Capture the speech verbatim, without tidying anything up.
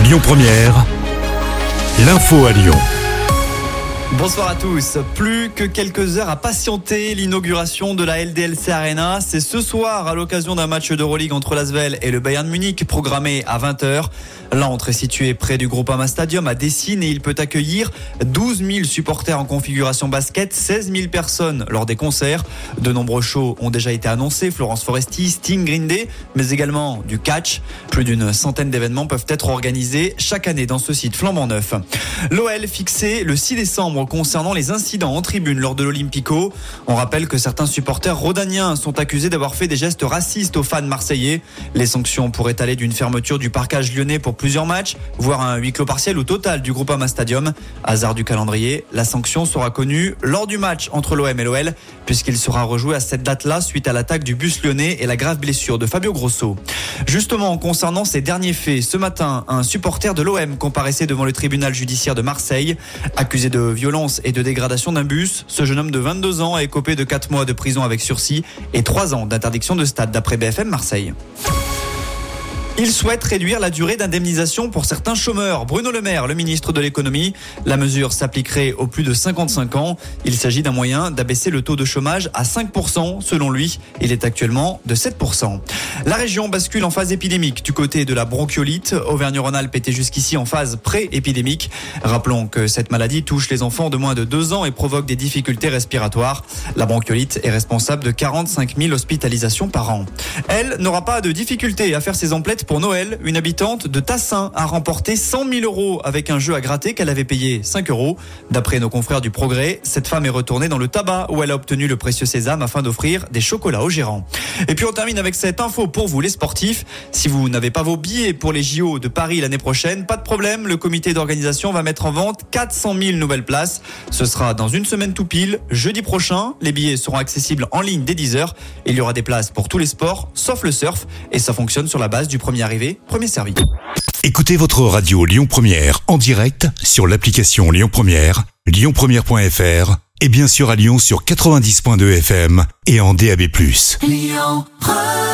Lyon Première, l'info à Lyon. Bonsoir à tous. Plus que quelques heures à patienter l'inauguration de la L D L C Arena. C'est ce soir à l'occasion d'un match d'Euroleague entre l'Asvel et le Bayern Munich programmé à vingt heures. L'antre est situé près du Groupama Stadium à Dessines et il peut accueillir douze mille supporters en configuration basket, seize mille personnes lors des concerts. De nombreux shows ont déjà été annoncés, Florence Foresti, Sting, Green Day, mais également du catch. Plus d'une centaine d'événements peuvent être organisés chaque année dans ce site flambant neuf. L'O L fixé le six décembre concernant les incidents en tribune lors de l'Olympico. On rappelle que certains supporters rhodaniens sont accusés d'avoir fait des gestes racistes aux fans marseillais. Les sanctions pourraient aller d'une fermeture du parcage lyonnais pour plusieurs matchs, voire un huis clos partiel ou total du Groupama Stadium. Hasard du calendrier, la sanction sera connue lors du match entre l'O M et l'O L, puisqu'il sera rejoué à cette date-là suite à l'attaque du bus lyonnais et la grave blessure de Fabio Grosso. Justement, concernant ces derniers faits, ce matin, un supporter de l'O M comparaissait devant le tribunal judiciaire de Marseille, accusé de violence et de dégradation d'un bus. Ce jeune homme de vingt-deux ans a écopé de quatre mois de prison avec sursis et trois ans d'interdiction de stade d'après B F M Marseille. Il souhaite réduire la durée d'indemnisation pour certains chômeurs. Bruno Le Maire, le ministre de l'économie, la mesure s'appliquerait aux plus de cinquante-cinq ans. Il s'agit d'un moyen d'abaisser le taux de chômage à cinq pour cent. Selon lui, il est actuellement de sept pour cent. La région bascule en phase épidémique du côté de la bronchiolite. Auvergne-Rhône-Alpes était jusqu'ici en phase pré-épidémique. Rappelons que cette maladie touche les enfants de moins de deux ans et provoque des difficultés respiratoires. La bronchiolite est responsable de quarante-cinq mille hospitalisations par an. Elle n'aura pas de difficulté à faire ses emplettes pour Noël. Une habitante de Tassin a remporté cent mille euros avec un jeu à gratter qu'elle avait payé cinq euros. D'après nos confrères du Progrès, cette femme est retournée dans le tabac où elle a obtenu le précieux sésame afin d'offrir des chocolats aux gérants. Et puis on termine avec cette info pour vous les sportifs. Si vous n'avez pas vos billets pour les J O de Paris l'année prochaine, pas de problème, le comité d'organisation va mettre en vente quatre cent mille nouvelles places. Ce sera dans une semaine tout pile, jeudi prochain. Les billets seront accessibles en ligne dès dix heures. Il y aura des places pour tous les sports, sauf le surf, et ça fonctionne sur la base du premier arrivé, premier servi. Écoutez votre radio Lyon Première en direct sur l'application Lyon Première, lyon première point f r et bien sûr à Lyon sur quatre-vingt-dix point deux F M et en D A B plus. Lyon Première.